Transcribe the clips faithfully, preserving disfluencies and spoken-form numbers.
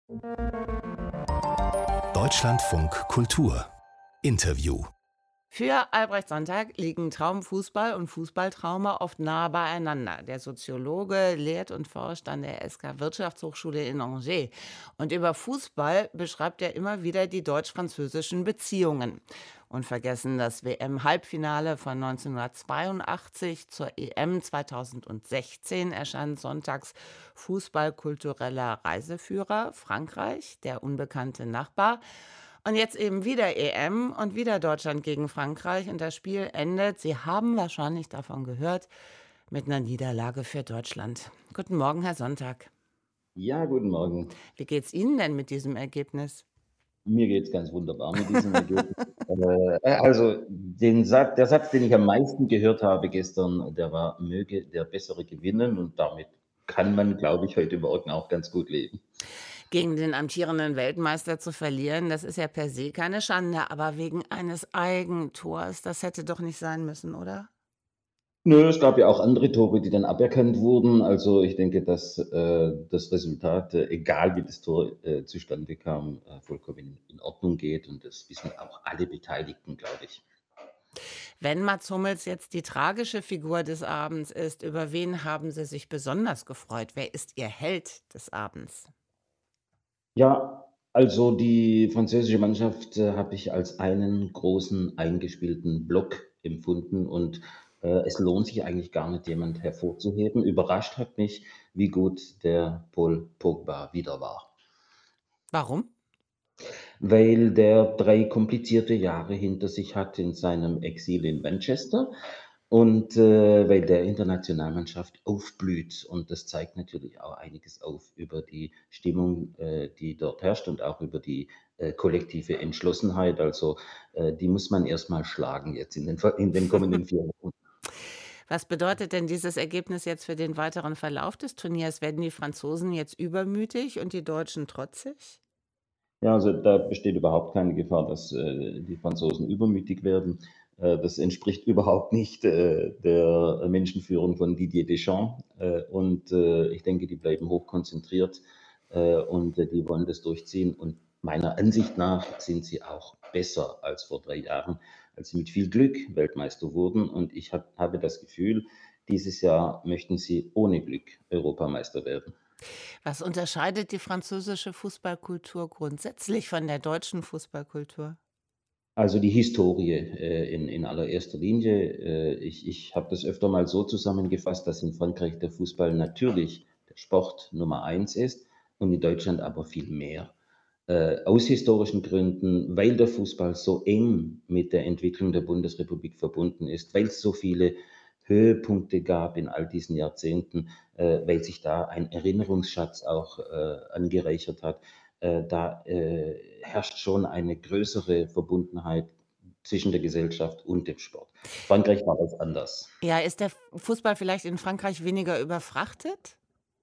Deutschlandfunk Kultur Interview. Für Albrecht Sonntag liegen Traumfußball und Fußballtrauma oft nah beieinander. Der Soziologe lehrt und forscht an der S K Wirtschaftshochschule in Angers. Und über Fußball beschreibt er immer wieder die deutsch-französischen Beziehungen. Unvergessen das W M-Halbfinale von neunzehnhundertzweiundachtzig zur E M zweitausendsechzehn erscheint sonntags Fußballkultureller Reiseführer Frankreich, der unbekannte Nachbar. Und jetzt eben wieder E M und wieder Deutschland gegen Frankreich. Und das Spiel endet, Sie haben wahrscheinlich davon gehört, mit einer Niederlage für Deutschland. Guten Morgen, Herr Sonntag. Ja, guten Morgen. Wie geht's Ihnen denn mit diesem Ergebnis? Mir geht's ganz wunderbar mit diesem Ergebnis. Äh, also den Satz, der Satz, den ich am meisten gehört habe gestern, der war: „Möge der Bessere gewinnen“, und damit kann man, glaube ich, heute Morgen auch ganz gut leben. Gegen den amtierenden Weltmeister zu verlieren, das ist ja per se keine Schande, aber wegen eines Eigentors, das hätte doch nicht sein müssen, oder? Nö, es gab ja auch andere Tore, die dann aberkannt wurden. Also ich denke, dass äh, das Resultat, äh, egal wie das Tor äh, zustande kam, äh, vollkommen in, in Ordnung geht. Und das wissen auch alle Beteiligten, glaube ich. Wenn Mats Hummels jetzt die tragische Figur des Abends ist, über wen haben Sie sich besonders gefreut? Wer ist Ihr Held des Abends? Ja, also die französische Mannschaft, äh, habe ich als einen großen eingespielten Block empfunden, und äh, es lohnt sich eigentlich gar nicht, jemand hervorzuheben. Überrascht hat mich, wie gut der Paul Pogba wieder war, Warum? weil der drei komplizierte Jahre hinter sich hat in seinem Exil in Manchester, und äh, weil der Internationalmannschaft aufblüht. Und das zeigt natürlich auch einiges auf über die Stimmung, äh, die dort herrscht, und auch über die äh, kollektive Entschlossenheit. Also äh, die muss man erstmal schlagen jetzt in den, in den kommenden vier Wochen. Was bedeutet denn dieses Ergebnis jetzt für den weiteren Verlauf des Turniers? Werden die Franzosen jetzt übermütig und die Deutschen trotzig? Ja, also da besteht überhaupt keine Gefahr, dass äh, die Franzosen übermütig werden. Äh, das entspricht überhaupt nicht äh, der Menschenführung von Didier Deschamps. Äh, und äh, ich denke, die bleiben hochkonzentriert, äh, und äh, die wollen das durchziehen. Und meiner Ansicht nach sind sie auch besser als vor drei Jahren, als sie mit viel Glück Weltmeister wurden. Und ich hab, habe das Gefühl, dieses Jahr möchten sie ohne Glück Europameister werden. Was unterscheidet die französische Fußballkultur grundsätzlich von der deutschen Fußballkultur? Also die Historie äh, in, in allererster Linie. Äh, ich ich habe das öfter mal so zusammengefasst, dass in Frankreich der Fußball natürlich der Sport Nummer eins ist und in Deutschland aber viel mehr. Äh, aus historischen Gründen, weil der Fußball so eng mit der Entwicklung der Bundesrepublik verbunden ist, weil es so viele Höhepunkte gab in all diesen Jahrzehnten, äh, weil sich da ein Erinnerungsschatz auch äh, angereichert hat. Äh, da äh, herrscht schon eine größere Verbundenheit zwischen der Gesellschaft und dem Sport. Frankreich war das anders. Ja, ist der Fußball vielleicht in Frankreich weniger überfrachtet?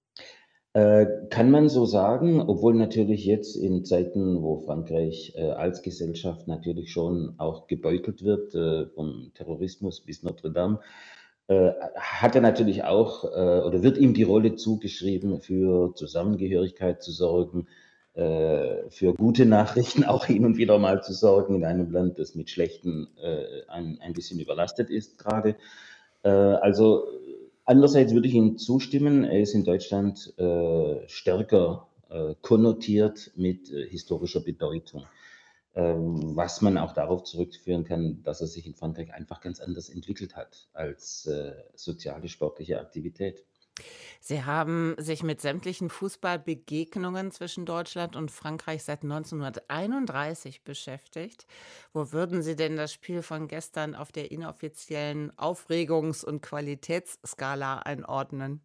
Äh, kann man so sagen, obwohl natürlich jetzt in Zeiten, wo Frankreich äh, als Gesellschaft natürlich schon auch gebeutelt wird, äh, vom Terrorismus bis Notre Dame, äh, hat er natürlich auch äh, oder wird ihm die Rolle zugeschrieben, für Zusammengehörigkeit zu sorgen, äh, für gute Nachrichten auch hin und wieder mal zu sorgen in einem Land, das mit schlechten äh, ein, ein bisschen überlastet ist gerade. Äh, also andererseits würde ich Ihnen zustimmen, er ist in Deutschland äh, stärker äh, konnotiert mit äh, historischer Bedeutung, ähm, was man auch darauf zurückführen kann, dass er sich in Frankreich einfach ganz anders entwickelt hat als äh, soziale, sportliche Aktivität. Sie haben sich mit sämtlichen Fußballbegegnungen zwischen Deutschland und Frankreich seit neunzehnhunderteinunddreißig beschäftigt. Wo würden Sie denn das Spiel von gestern auf der inoffiziellen Aufregungs- und Qualitätsskala einordnen?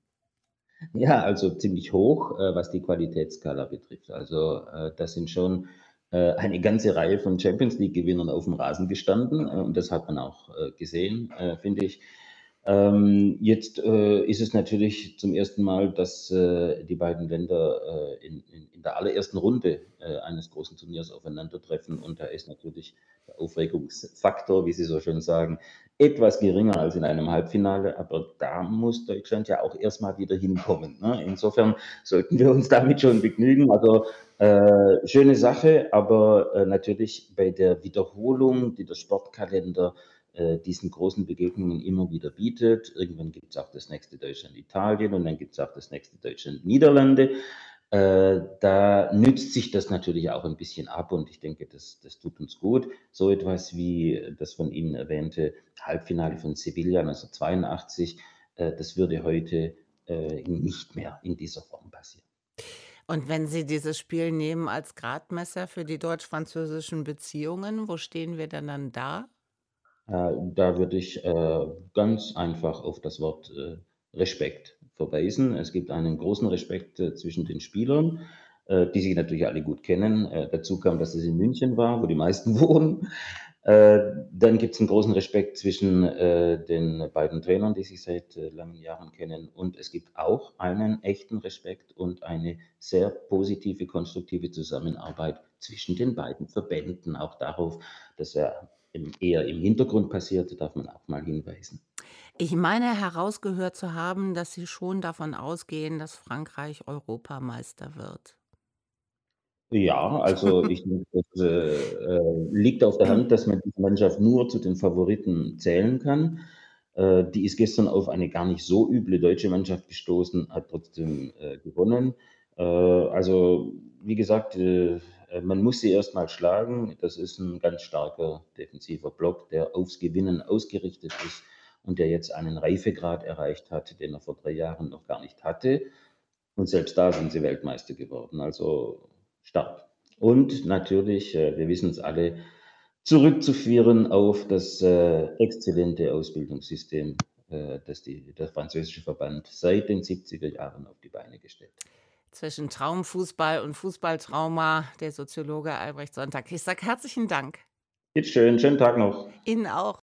Ja, also ziemlich hoch, äh, was die Qualitätsskala betrifft. Also äh, das sind schon äh, eine ganze Reihe von Champions League-Gewinnern auf dem Rasen gestanden, äh, und das hat man auch äh, gesehen, äh, finde ich. Ähm, jetzt, äh, ist es natürlich zum ersten Mal, dass, äh, die beiden Länder, äh, in in in der allerersten Runde, äh, eines großen Turniers aufeinandertreffen und da ist natürlich der Aufregungsfaktor, wie Sie so schön sagen, etwas geringer als in einem Halbfinale, aber da muss Deutschland ja auch erst mal wieder hinkommen, ne? Insofern sollten wir uns damit schon begnügen. Also, äh, schöne Sache, aber, äh, natürlich bei der Wiederholung, die der Sportkalender, äh, diesen großen Begegnungen immer wieder bietet. Irgendwann gibt's auch das nächste Deutschland-Italien und dann gibt's auch das nächste Deutschland-Niederlande. Äh, da nützt sich das natürlich auch ein bisschen ab und ich denke, das das tut uns gut. So etwas wie das von Ihnen erwähnte Halbfinale von Sevilla neunzehnhundertzweiundachtzig, äh, das würde heute, äh, nicht mehr in dieser Form passieren. Und wenn Sie dieses Spiel nehmen als Gradmesser für die deutsch-französischen Beziehungen, wo stehen wir denn dann da? Äh, da würde ich, äh, ganz einfach auf das Wort, äh, Respekt verweisen. Es gibt einen großen Respekt, äh, zwischen den Spielern, äh, die sich natürlich alle gut kennen. Äh, dazu kam, dass es in München war, wo die meisten wohnen. Äh, dann gibt's 'n großen Respekt zwischen, äh, den beiden Trainern, die sich seit, äh, langen Jahren kennen. Und es gibt auch einen echten Respekt und eine sehr positive, konstruktive Zusammenarbeit zwischen den beiden Verbänden. Auch darauf, dass er im eher im Hintergrund passiert, darf man auch mal hinweisen. Ich meine herausgehört zu haben, dass Sie schon davon ausgehen, dass Frankreich Europameister wird. Ja, also ich denke, das, äh, äh, liegt auf der Hand, dass man diese Mannschaft nur zu den Favoriten zählen kann. Äh, die ist gestern auf eine gar nicht so üble deutsche Mannschaft gestoßen, hat trotzdem, äh, gewonnen. Äh, also, wie gesagt, äh, äh, man muss sie erst mal schlagen. Das ist 'n ganz starker defensiver Block, der aufs Gewinnen ausgerichtet ist und der jetzt einen Reifegrad erreicht hat, den er vor drei Jahren noch gar nicht hatte. Und selbst da sind sie Weltmeister geworden, also stark. Und natürlich, äh, wir wissen's alle, zurückzuführen auf das, äh, exzellente Ausbildungssystem, äh, das die der französische Verband seit den siebziger Jahren auf die Beine gestellt hat. Zwischen Traumfußball und Fußballtrauma, der Soziologe Albrecht Sonntag. Ich sage herzlichen Dank. Bitte schön, schönen Tag noch. Ihnen auch.